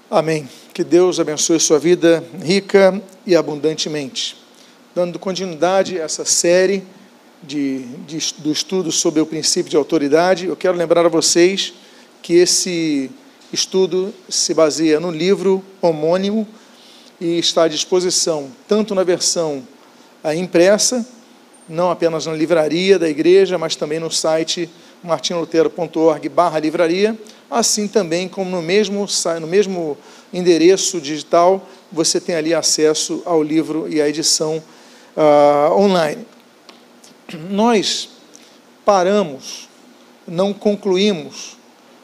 Amém. Que Deus abençoe sua vida rica e abundantemente. Dando continuidade a essa série do estudo sobre o princípio de autoridade, eu quero lembrar a vocês que esse estudo se baseia no livro homônimo e está à disposição tanto na versão impressa, não apenas na livraria da igreja, mas também no site martinlutero.org/livraria, assim também como no mesmo endereço digital, você tem ali acesso ao livro e à edição online. Nós paramos, não concluímos,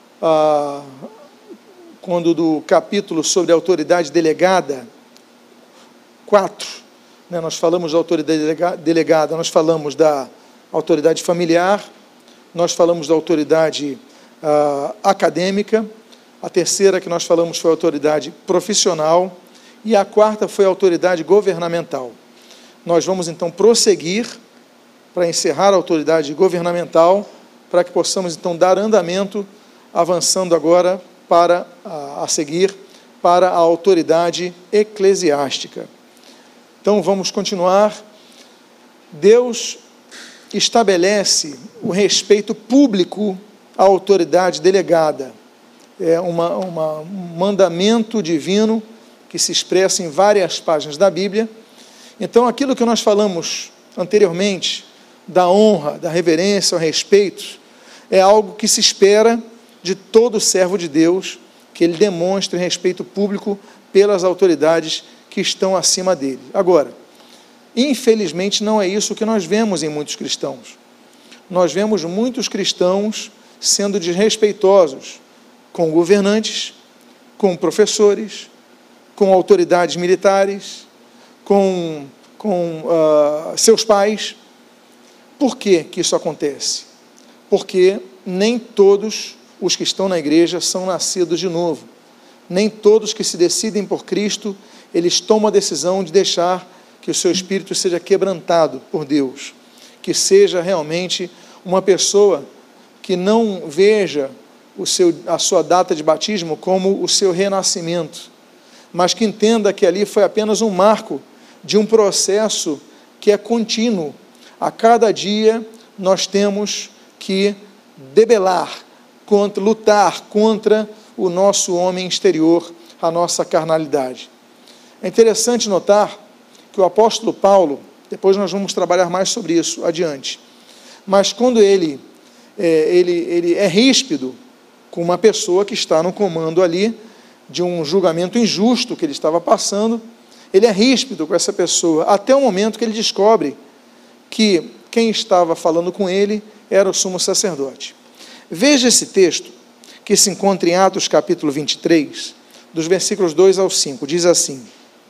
quando do capítulo sobre a autoridade delegada, 4, nós falamos da autoridade delegada, nós falamos da autoridade familiar, nós falamos da autoridade acadêmica, a terceira que nós falamos foi a autoridade profissional e a quarta foi a autoridade governamental. Nós vamos então prosseguir para encerrar a autoridade governamental, para que possamos então dar andamento, avançando agora a seguir para a autoridade eclesiástica. Então vamos continuar. Deus estabelece o respeito público à autoridade delegada. É um mandamento divino que se expressa em várias páginas da Bíblia. Então, aquilo que nós falamos anteriormente, da honra, da reverência, ao respeito, é algo que se espera de todo servo de Deus, que ele demonstre respeito público pelas autoridades que estão acima dele. Agora, infelizmente, não é isso que nós vemos em muitos cristãos. Nós vemos muitos cristãos sendo desrespeitosos com governantes, com professores, com autoridades militares, com seus pais. Por que isso acontece? Porque nem todos os que estão na igreja são nascidos de novo. Nem todos que se decidem por Cristo, eles tomam a decisão de deixar que o seu espírito seja quebrantado por Deus, que seja realmente uma pessoa que não veja a sua data de batismo como o seu renascimento, mas que entenda que ali foi apenas um marco de um processo que é contínuo. A cada dia nós temos que lutar contra o nosso homem exterior, a nossa carnalidade. É interessante notar que o apóstolo Paulo, depois nós vamos trabalhar mais sobre isso adiante, mas quando ele é ríspido com uma pessoa que está no comando ali de um julgamento injusto que ele estava passando, ele é ríspido com essa pessoa, até o momento que ele descobre que quem estava falando com ele era o sumo sacerdote. Veja esse texto, que se encontra em Atos capítulo 23, dos versículos 2 ao 5, diz assim: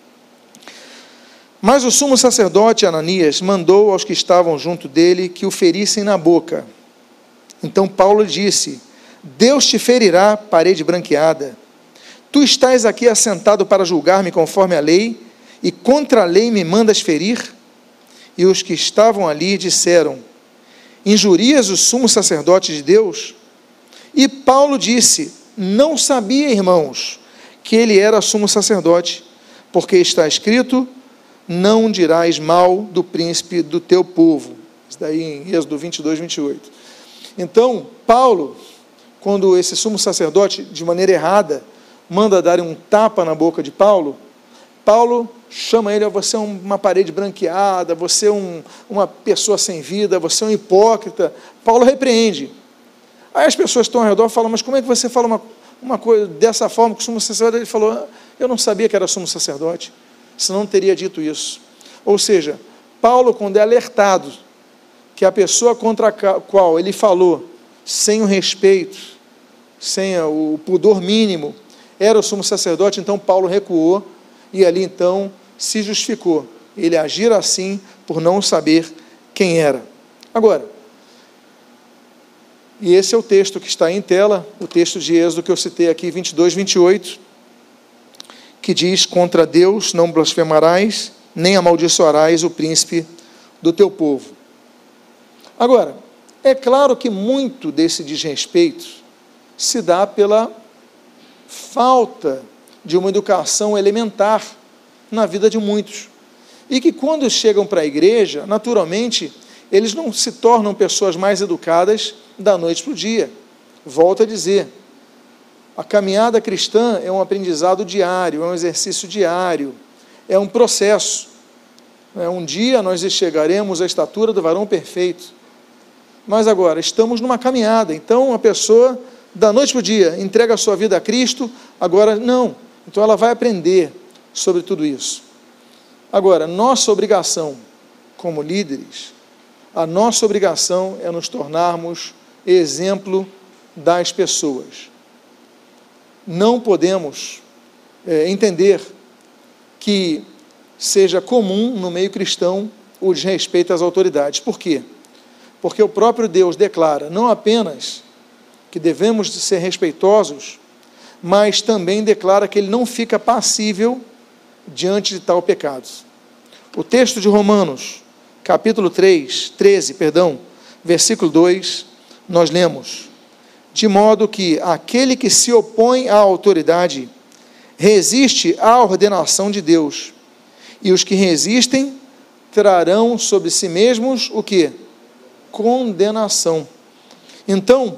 Mas o sumo sacerdote Ananias mandou aos que estavam junto dele que o ferissem na boca. Então Paulo disse: Deus te ferirá, parede branqueada. Tu estás aqui assentado para julgar-me conforme a lei, e contra a lei me mandas ferir? E os que estavam ali disseram: Injurias o sumo sacerdote de Deus? E Paulo disse: Não sabia, irmãos, que ele era sumo sacerdote, porque está escrito: Não dirás mal do príncipe do teu povo. Isso daí em Êxodo 22, 28. Então, Paulo, quando esse sumo sacerdote, de maneira errada, manda dar um tapa na boca de Paulo, Paulo chama ele: você é uma parede branqueada, você é uma pessoa sem vida, você é um hipócrita. Paulo repreende. Aí as pessoas que estão ao redor falam: mas como é que você fala uma coisa dessa forma com o sumo sacerdote? Ele falou: eu não sabia que era sumo sacerdote, senão não teria dito isso. Ou seja, Paulo, quando é alertado que a pessoa contra a qual ele falou, sem o respeito, sem o pudor mínimo, era o sumo sacerdote, então Paulo recuou e ali então se justificou ele agir assim por não saber quem era. Agora, e esse é o texto que está em tela, o texto de Êxodo que eu citei aqui, 22, 28, que diz: contra Deus não blasfemarás, nem amaldiçoarás o príncipe do teu povo. Agora, é claro que muito desse desrespeito se dá pela falta de uma educação elementar na vida de muitos. E que quando chegam para a igreja, naturalmente, eles não se tornam pessoas mais educadas da noite para o dia. Volto a dizer, a caminhada cristã é um aprendizado diário, é um exercício diário, é um processo. Um dia nós chegaremos à estatura do varão perfeito. Mas agora, estamos numa caminhada, então a pessoa, da noite para o dia, entrega a sua vida a Cristo, agora não. Então ela vai aprender sobre tudo isso. Agora, nossa obrigação como líderes, a nossa obrigação é nos tornarmos exemplo das pessoas. Não podemos entender que seja comum no meio cristão o desrespeito às autoridades. Por quê? Porque o próprio Deus declara não apenas que devemos ser respeitosos, mas também declara que Ele não fica passível diante de tal pecado. O texto de Romanos, capítulo 13, versículo 2, nós lemos: de modo que aquele que se opõe à autoridade resiste à ordenação de Deus, e os que resistem trarão sobre si mesmos o quê? Condenação. Então,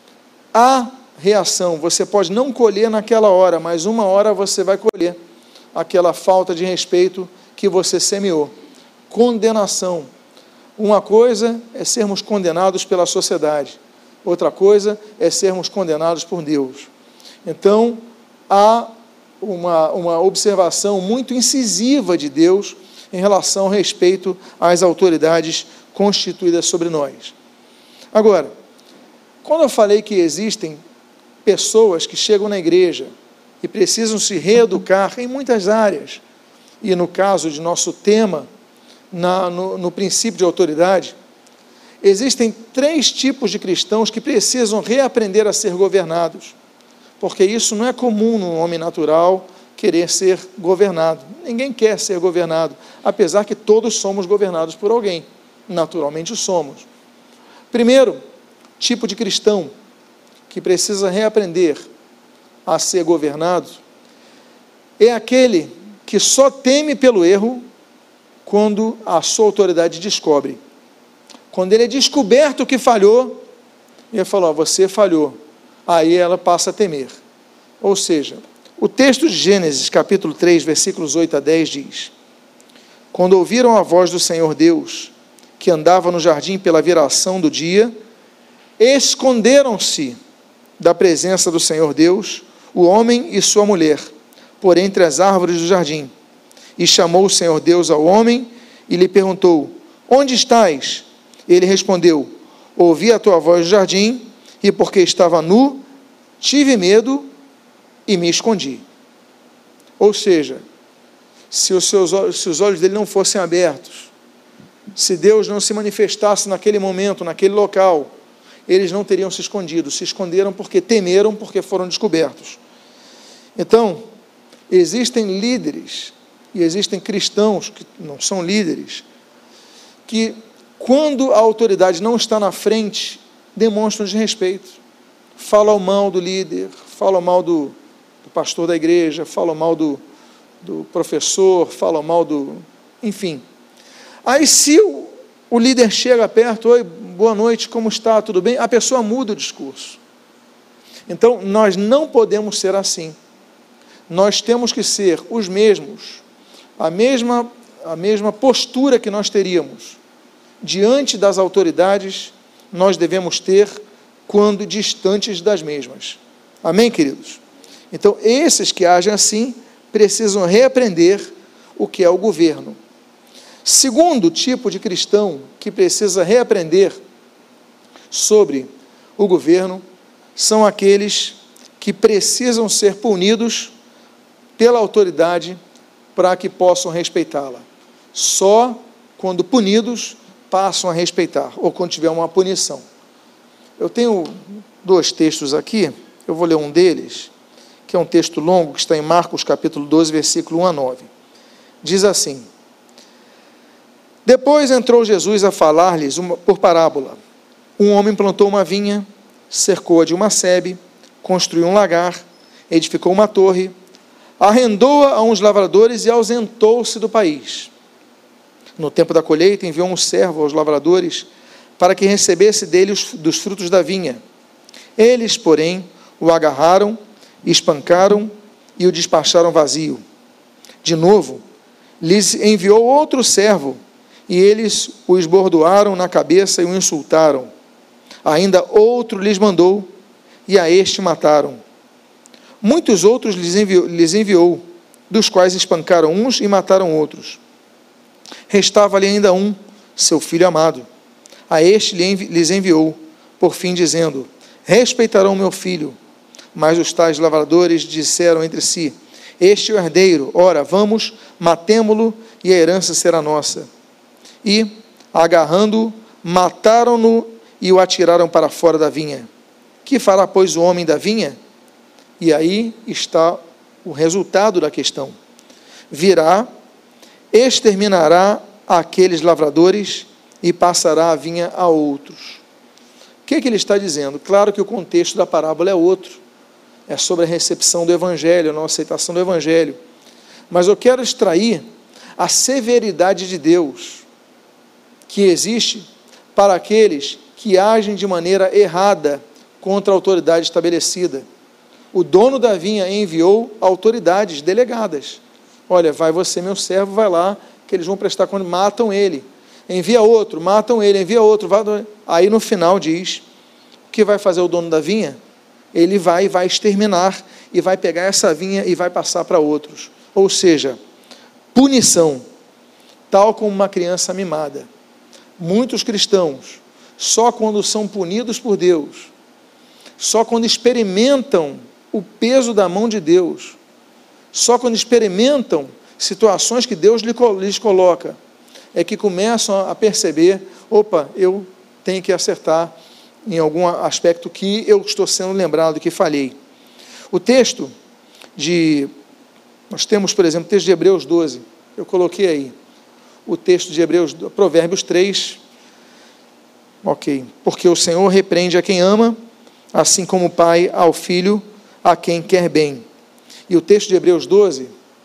a reação, você pode não colher naquela hora, mas uma hora você vai colher aquela falta de respeito que você semeou. Condenação. Uma coisa é sermos condenados pela sociedade, outra coisa é sermos condenados por Deus. Então, há uma observação muito incisiva de Deus em relação ao respeito às autoridades constituídas sobre nós. Agora, quando eu falei que existem pessoas que chegam na igreja e precisam se reeducar em muitas áreas, e no caso de nosso tema, no princípio de autoridade, existem 3 tipos de cristãos que precisam reaprender a ser governados, porque isso não é comum no homem natural querer ser governado. Ninguém quer ser governado, apesar que todos somos governados por alguém, naturalmente somos. Primeiro tipo de cristão que precisa reaprender a ser governado é aquele que só teme pelo erro quando a sua autoridade descobre. Quando ele é descoberto que falhou, ele fala: você falhou. Aí ela passa a temer. Ou seja, o texto de Gênesis, capítulo 3, versículos 8 a 10 diz: quando ouviram a voz do Senhor Deus, que andava no jardim pela viração do dia, esconderam-se da presença do Senhor Deus, o homem e sua mulher, por entre as árvores do jardim. E chamou o Senhor Deus ao homem e lhe perguntou: onde estás? Ele respondeu: ouvi a tua voz no jardim, e porque estava nu, tive medo e me escondi. Ou seja, se os olhos dele não fossem abertos, se Deus não se manifestasse naquele momento, naquele local, eles não teriam se escondido. Se esconderam porque temeram, porque foram descobertos. Então, existem líderes e existem cristãos que não são líderes, que quando a autoridade não está na frente, demonstram desrespeito. Falam mal do líder, falam mal do pastor da igreja, falam mal do professor, falam mal enfim. Aí se o líder chega perto: oi, boa noite, como está, tudo bem? A pessoa muda o discurso. Então, nós não podemos ser assim. Nós temos que ser os mesmos, a mesma postura que nós teríamos diante das autoridades, nós devemos ter quando distantes das mesmas. Amém, queridos? Então, esses que agem assim, precisam reaprender o que é o governo. Segundo tipo de cristão que precisa reaprender sobre o governo, são aqueles que precisam ser punidos pela autoridade para que possam respeitá-la. Só quando punidos passam a respeitar, ou quando tiver uma punição. Eu tenho 2 textos aqui, eu vou ler um deles, que é um texto longo, que está em Marcos capítulo 12, versículo 1 a 9. Diz assim: depois entrou Jesus a falar-lhes por parábola. Um homem plantou uma vinha, cercou-a de uma sebe, construiu um lagar, edificou uma torre, arrendou-a a uns lavradores e ausentou-se do país. No tempo da colheita, enviou um servo aos lavradores para que recebesse dele dos frutos da vinha. Eles, porém, o agarraram, espancaram e o despacharam vazio. De novo, lhes enviou outro servo, e eles o esbordoaram na cabeça e o insultaram. Ainda outro lhes mandou, e a este mataram. Muitos outros lhes enviou, dos quais espancaram uns e mataram outros. Restava-lhe ainda um, seu filho amado. A este lhes enviou, por fim dizendo: respeitarão meu filho. Mas os tais lavradores disseram entre si: este é o herdeiro, ora, vamos, matemo-lo, e a herança será nossa. E, agarrando-o, mataram-no e o atiraram para fora da vinha. Que fará, pois, o homem da vinha? E aí está o resultado da questão. Virá, exterminará aqueles lavradores e passará a vinha a outros. O que ele está dizendo? Claro que o contexto da parábola é outro. É sobre a recepção do Evangelho, a não aceitação do Evangelho. Mas eu quero extrair a severidade de Deus que existe para aqueles que agem de maneira errada contra a autoridade estabelecida. O dono da vinha enviou autoridades delegadas. Olha, vai você, meu servo, vai lá, que eles vão prestar conta, matam ele. Envia outro, matam ele, envia outro. Aí no final diz, o que vai fazer o dono da vinha? Ele vai exterminar, e vai pegar essa vinha e vai passar para outros. Ou seja, punição, tal como uma criança mimada. Muitos cristãos, só quando são punidos por Deus, só quando experimentam o peso da mão de Deus, só quando experimentam situações que Deus lhes coloca, é que começam a perceber, opa, eu tenho que acertar em algum aspecto que eu estou sendo lembrado, que falhei. O texto nós temos, por exemplo, o texto de Hebreus 12, eu coloquei aí, o texto de Provérbios 3, ok, porque o Senhor repreende a quem ama, assim como o pai ao filho, a quem quer bem. E o texto de Hebreus 12,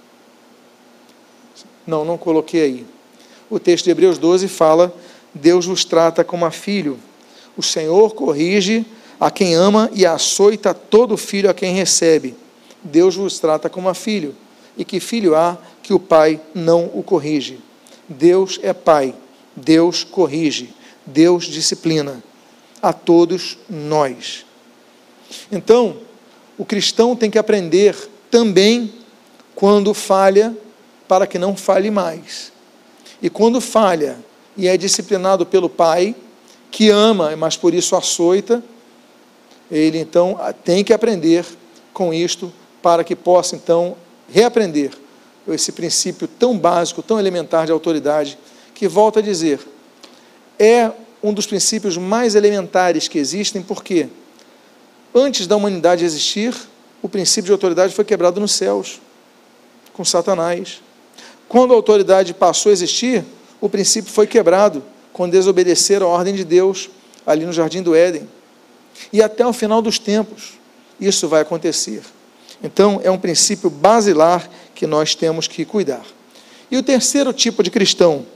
não coloquei aí, o texto de Hebreus 12 fala, Deus vos trata como a filho, o Senhor corrige a quem ama e açoita todo filho a quem recebe. Deus vos trata como a filho. E que filho há que o pai não o corrige? Deus é pai, Deus corrige, Deus disciplina a todos nós. Então, o cristão tem que aprender também quando falha, para que não falhe mais. E quando falha e é disciplinado pelo pai, que ama, mas por isso açoita, ele então tem que aprender com isto, para que possa então reaprender esse princípio tão básico, tão elementar de autoridade, que, volto a dizer, é um dos princípios mais elementares que existem, porque antes da humanidade existir, o princípio de autoridade foi quebrado nos céus, com Satanás. Quando a autoridade passou a existir, o princípio foi quebrado, quando desobedeceram a ordem de Deus, ali no Jardim do Éden. E até o final dos tempos, isso vai acontecer. Então, é um princípio basilar que nós temos que cuidar. E o terceiro tipo de cristão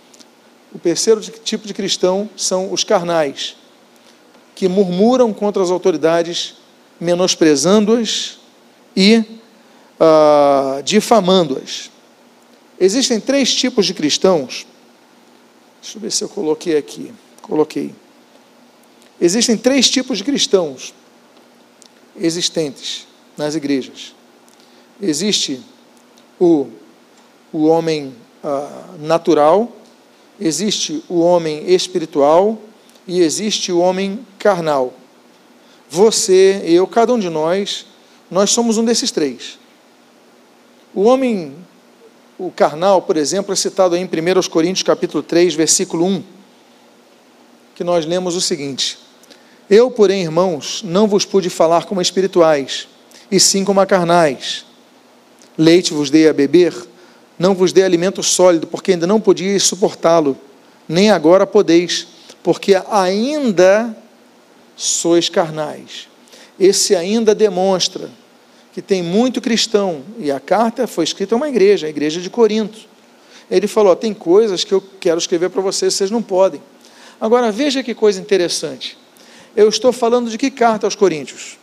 são os carnais, que murmuram contra as autoridades, menosprezando-as e difamando-as. Existem 3 tipos de cristãos. Deixa eu ver se eu coloquei aqui. Coloquei. Existem 3 tipos de cristãos existentes nas igrejas. Existe o homem natural, existe o homem espiritual e existe o homem carnal. Você, eu, cada um de nós somos um desses 3. O carnal, por exemplo, é citado aí em 1 Coríntios capítulo 3, versículo 1, que nós lemos o seguinte: eu, porém, irmãos, não vos pude falar como espirituais, e sim como a carnais. Leite vos dei a beber, não vos dei alimento sólido, porque ainda não podíeis suportá-lo, nem agora podeis, porque ainda sois carnais. Esse ainda demonstra que tem muito cristão, e a carta foi escrita a uma igreja, a igreja de Corinto. Ele falou, tem coisas que eu quero escrever para vocês não podem. Agora, veja que coisa interessante. Eu estou falando de que carta aos Coríntios?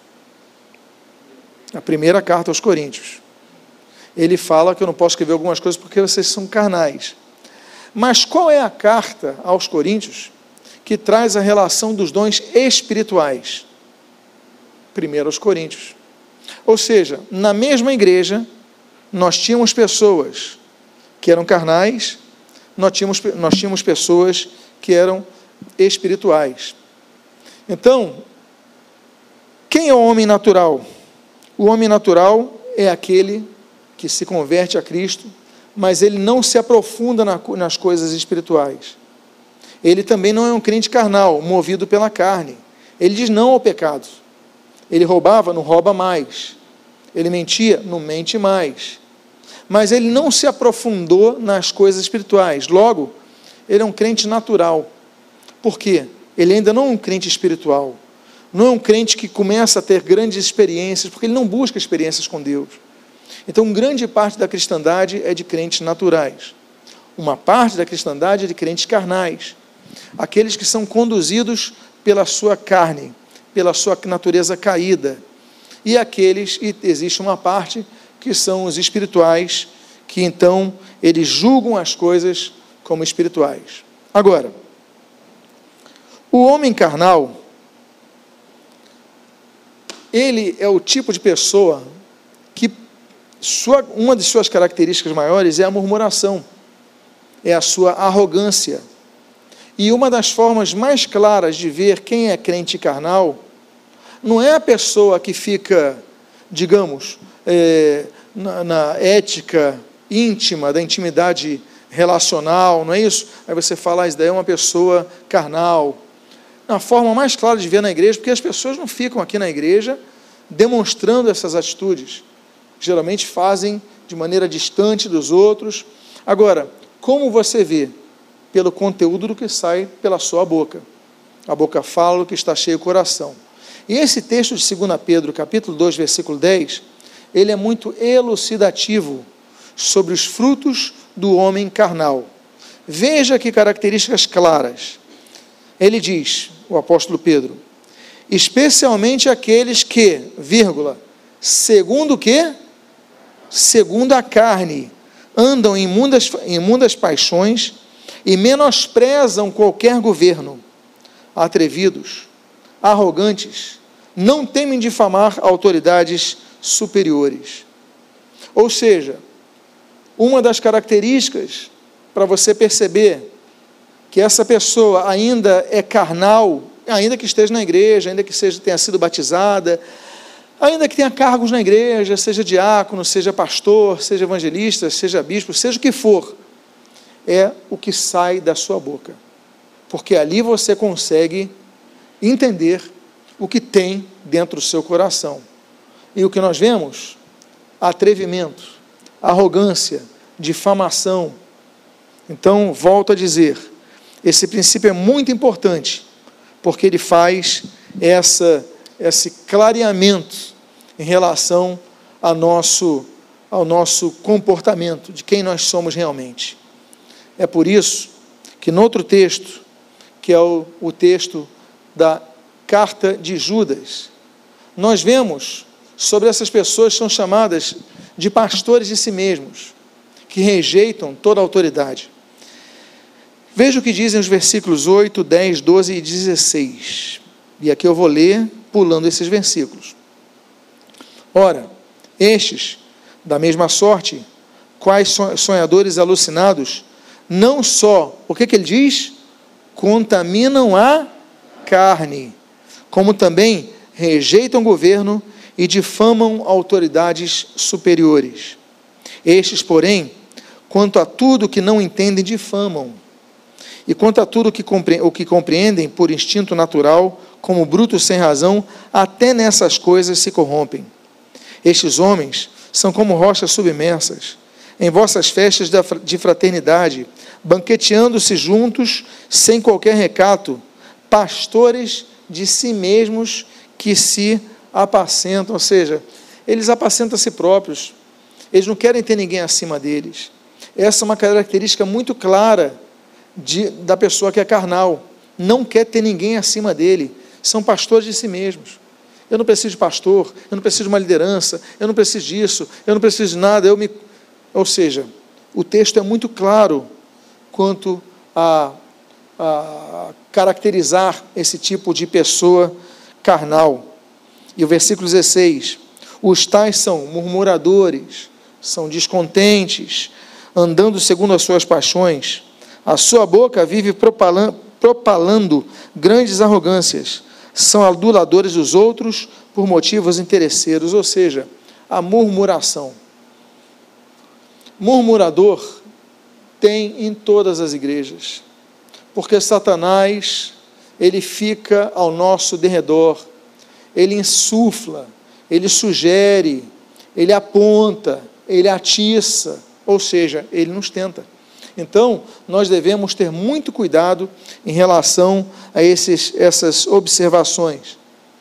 A primeira carta aos Coríntios. Ele fala que eu não posso escrever algumas coisas porque vocês são carnais. Mas qual é a carta aos Coríntios que traz a relação dos dons espirituais? Primeiro aos Coríntios. Ou seja, na mesma igreja, nós tínhamos pessoas que eram carnais, nós tínhamos pessoas que eram espirituais. Então, quem é o homem natural? O homem natural é aquele que se converte a Cristo, mas ele não se aprofunda nas coisas espirituais. Ele também não é um crente carnal, movido pela carne. Ele diz não ao pecado. Ele roubava, não rouba mais. Ele mentia, não mente mais. Mas ele não se aprofundou nas coisas espirituais. Logo, ele é um crente natural. Por quê? Ele ainda não é um crente espiritual. Não é um crente que começa a ter grandes experiências, porque ele não busca experiências com Deus. Então, grande parte da cristandade é de crentes naturais. Uma parte da cristandade é de crentes carnais. Aqueles que são conduzidos pela sua carne, pela sua natureza caída. E existe uma parte que são os espirituais, que então eles julgam as coisas como espirituais. Agora, o homem carnal, ele é o tipo de pessoa que uma de suas características maiores é a murmuração, é a sua arrogância. E uma das formas mais claras de ver quem é crente carnal não é a pessoa que fica, digamos, na ética íntima, da intimidade relacional, não é isso? Aí você fala, isso daí é uma pessoa carnal. A forma mais clara de ver na igreja, porque as pessoas não ficam aqui na igreja demonstrando essas atitudes. Geralmente fazem de maneira distante dos outros. Agora, como você vê? Pelo conteúdo do que sai pela sua boca. A boca fala o que está cheio o coração. E esse texto de 2 Pedro, capítulo 2, versículo 10, ele é muito elucidativo sobre os frutos do homem carnal. Veja que características claras. Ele diz, o apóstolo Pedro, especialmente aqueles que, segundo o quê? Segundo a carne, andam em imundas paixões e menosprezam qualquer governo, atrevidos, arrogantes, não temem difamar autoridades superiores. Ou seja, uma das características para você perceber que essa pessoa ainda é carnal, ainda que esteja na igreja, ainda que tenha sido batizada, ainda que tenha cargos na igreja, seja diácono, seja pastor, seja evangelista, seja bispo, seja o que for, é o que sai da sua boca. Porque ali você consegue entender o que tem dentro do seu coração. E o que nós vemos? Atrevimento, arrogância, difamação. Então, volto a dizer, esse princípio é muito importante, porque ele faz esse clareamento em relação ao nosso comportamento, de quem nós somos realmente. É por isso que no outro texto, que é o texto da carta de Judas, nós vemos sobre essas pessoas que são chamadas de pastores de si mesmos, que rejeitam toda a autoridade. Veja o que dizem os versículos 8, 10, 12 e 16. E aqui eu vou ler pulando esses versículos. Ora, estes, da mesma sorte, quais sonhadores alucinados, não só, o que ele diz? Contaminam a carne, como também rejeitam o governo e difamam autoridades superiores. Estes, porém, quanto a tudo que não entendem, difamam. E quanto a tudo o que compreendem por instinto natural, como brutos sem razão, até nessas coisas se corrompem. Estes homens são como rochas submersas, em vossas festas de fraternidade, banqueteando-se juntos, sem qualquer recato, pastores de si mesmos que se apacentam. Ou seja, eles apacentam a si próprios, eles não querem ter ninguém acima deles. Essa é uma característica muito clara da pessoa que é carnal, não quer ter ninguém acima dele, são pastores de si mesmos. Eu não preciso de pastor, eu não preciso de uma liderança, eu não preciso disso, eu não preciso de nada, ou seja, o texto é muito claro quanto a caracterizar esse tipo de pessoa carnal. E o versículo 16, os tais são murmuradores, são descontentes, andando segundo as suas paixões, a sua boca vive propalando grandes arrogâncias, são aduladores dos outros por motivos interesseiros, ou seja, a murmuração. Murmurador tem em todas as igrejas, porque Satanás, ele fica ao nosso derredor, ele insufla, ele sugere, ele aponta, ele atiça, ou seja, ele nos tenta. Então, nós devemos ter muito cuidado em relação a essas observações.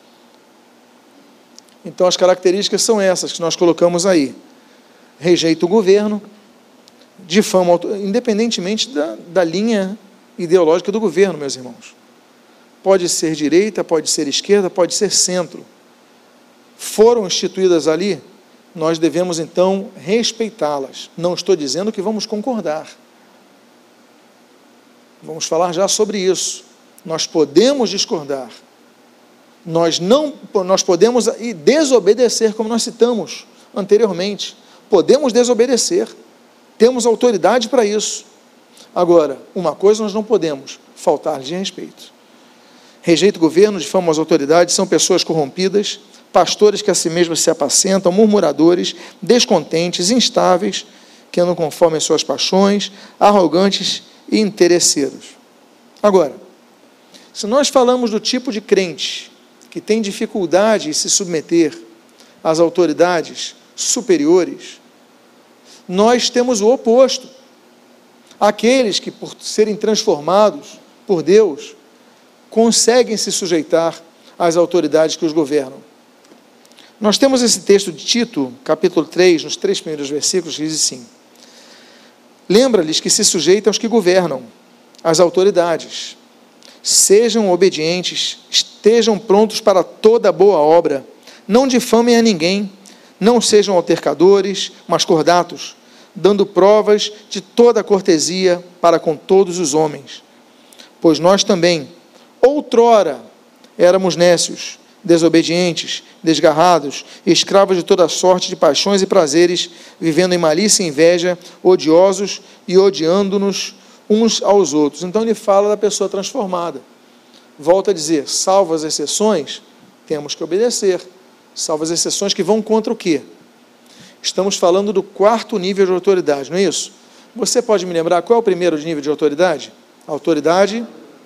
Então, as características são essas que nós colocamos aí. Rejeita o governo, difama, independentemente da linha ideológica do governo, meus irmãos. Pode ser direita, pode ser esquerda, pode ser centro. Foram instituídas ali, nós devemos então respeitá-las. Não estou dizendo que vamos concordar. Vamos falar já sobre isso. Nós podemos discordar. Nós podemos desobedecer, como nós citamos anteriormente. Podemos desobedecer. Temos autoridade para isso. Agora, uma coisa nós não podemos: faltar de respeito. Rejeita o governo, difama as autoridades, são pessoas corrompidas, pastores que a si mesmos se apacentam, murmuradores, descontentes, instáveis, que andam conforme as suas paixões, arrogantes e interesseiros. Agora, se nós falamos do tipo de crente que tem dificuldade em se submeter às autoridades superiores, nós temos o oposto. Aqueles que, por serem transformados por Deus, conseguem se sujeitar às autoridades que os governam. Nós temos esse texto de Tito, capítulo 3, nos 3 primeiros versículos, que diz assim: lembra-lhes que se sujeitam aos que governam, às autoridades. Sejam obedientes, estejam prontos para toda boa obra, não difamem a ninguém, não sejam altercadores, mas cordatos, dando provas de toda a cortesia para com todos os homens. Pois nós também, outrora, éramos nécios, desobedientes, desgarrados, escravos de toda sorte de paixões e prazeres, vivendo em malícia e inveja, odiosos e odiando-nos uns aos outros. Então ele fala da pessoa transformada. Volta a dizer, salvo as exceções, temos que obedecer. Salvo as exceções que vão contra o quê? Estamos falando do 4º nível de autoridade, não é isso? Você pode me lembrar qual é o primeiro nível de autoridade? Autoridade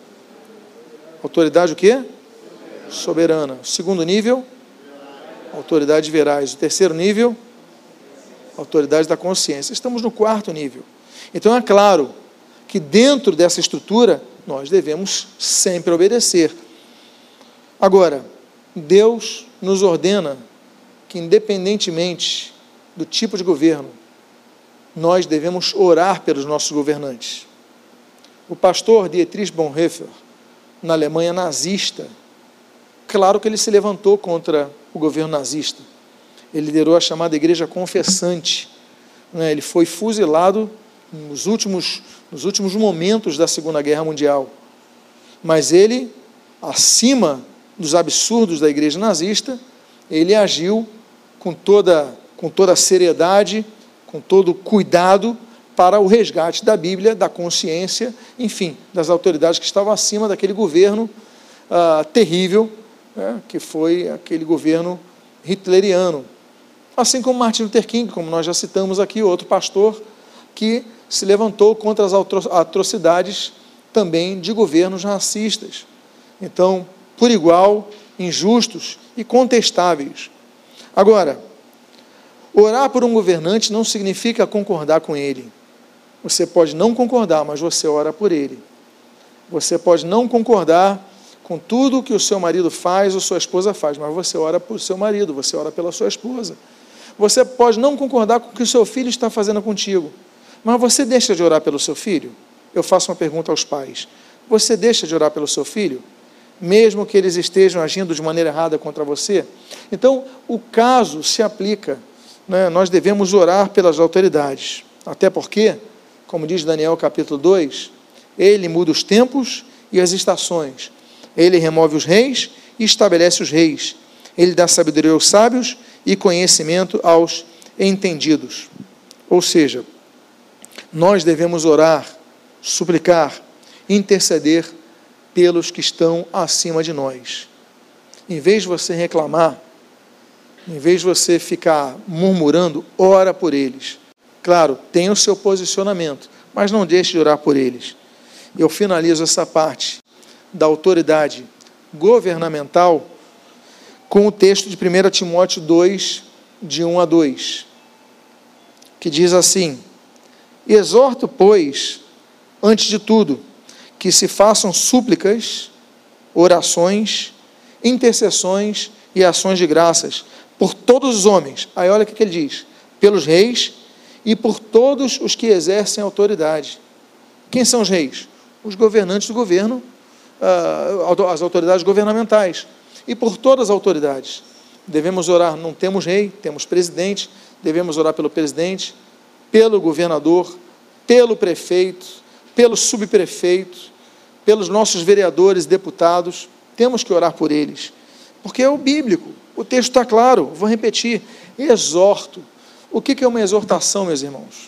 o quê? Soberana. O 2º nível? Autoridade verais. O 3º nível? Autoridade da consciência. Estamos no 4º nível. Então é claro que dentro dessa estrutura nós devemos sempre obedecer. Agora, Deus nos ordena que, independentemente do tipo de governo, nós devemos orar pelos nossos governantes. O pastor Dietrich Bonhoeffer, na Alemanha nazista, claro que ele se levantou contra o governo nazista. Ele liderou a chamada Igreja Confessante. Ele foi fuzilado nos últimos momentos da Segunda Guerra Mundial. Mas ele, acima dos absurdos da igreja nazista, ele agiu com toda a seriedade, com todo cuidado para o resgate da Bíblia, da consciência, enfim, das autoridades que estavam acima daquele governo terrível, que foi aquele governo hitleriano. Assim como Martin Luther King, como nós já citamos aqui, outro pastor que se levantou contra as atrocidades também de governos racistas. Então, por igual, injustos e contestáveis. Agora, orar por um governante não significa concordar com ele. Você pode não concordar, mas você ora por ele. Você pode não concordar com tudo que o seu marido faz ou sua esposa faz, mas você ora por seu marido, você ora pela sua esposa. Você pode não concordar com o que o seu filho está fazendo contigo, mas você deixa de orar pelo seu filho? Eu faço uma pergunta aos pais. Você deixa de orar pelo seu filho, mesmo que eles estejam agindo de maneira errada contra você? Então, o caso se aplica, né? Nós devemos orar pelas autoridades, até porque, como diz Daniel capítulo 2, ele muda os tempos e as estações, ele remove os reis e estabelece os reis, ele dá sabedoria aos sábios e conhecimento aos entendidos. Ou seja, nós devemos orar, suplicar, interceder pelos que estão acima de nós. Em vez de você reclamar, em vez de você ficar murmurando, ora por eles. Claro, tem o seu posicionamento, mas não deixe de orar por eles. Eu finalizo essa parte da autoridade governamental com o texto de 1 Timóteo 2, de 1 a 2, que diz assim: exorto, pois, antes de tudo, que se façam súplicas, orações, intercessões e ações de graças por todos os homens. Aí olha o que ele diz: pelos reis e por todos os que exercem autoridade. Quem são os reis? Os governantes do governo, as autoridades governamentais. E por todas as autoridades. Devemos orar, não temos rei, temos presidente, devemos orar pelo presidente, pelo governador, pelo prefeito, pelo subprefeito, pelos nossos vereadores, deputados. Temos que orar por eles, porque é o bíblico, o texto está claro. Vou repetir: exorto. O que é uma exortação, meus irmãos?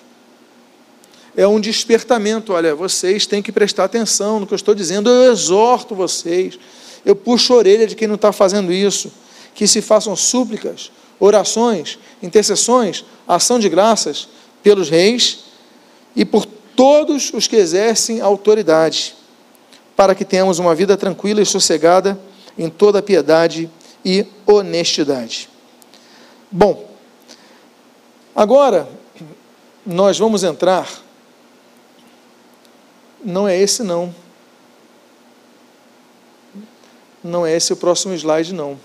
É um despertamento. Olha, vocês têm que prestar atenção no que eu estou dizendo. Eu exorto vocês, eu puxo a orelha de quem não está fazendo isso, que se façam súplicas, orações, intercessões, ação de graças pelos reis e por todos os que exercem autoridade, para que tenhamos uma vida tranquila e sossegada em toda piedade e honestidade. Bom, agora nós vamos entrar, não é esse não é esse o próximo slide não,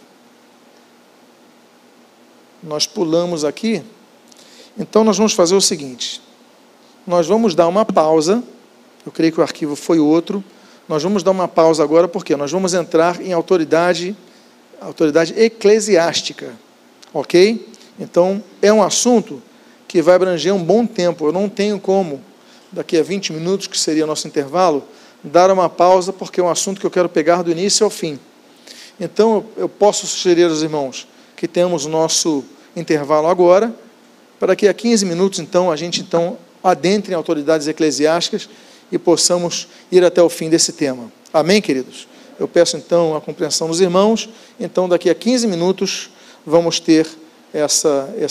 nós pulamos aqui. Então nós vamos fazer o seguinte, nós vamos dar uma pausa, eu creio que o arquivo foi outro, nós vamos dar uma pausa agora, porque nós vamos entrar em autoridade eclesiástica, ok? Então, é um assunto que vai abranger um bom tempo. Eu não tenho como, daqui a 20 minutos, que seria o nosso intervalo, dar uma pausa, porque é um assunto que eu quero pegar do início ao fim. Então, eu posso sugerir aos irmãos que tenhamos o nosso intervalo agora, para que a 15 minutos, então, a gente adentre em autoridades eclesiásticas e possamos ir até o fim desse tema. Amém, queridos? Eu peço, então, a compreensão dos irmãos. Então, daqui a 15 minutos, vamos ter essa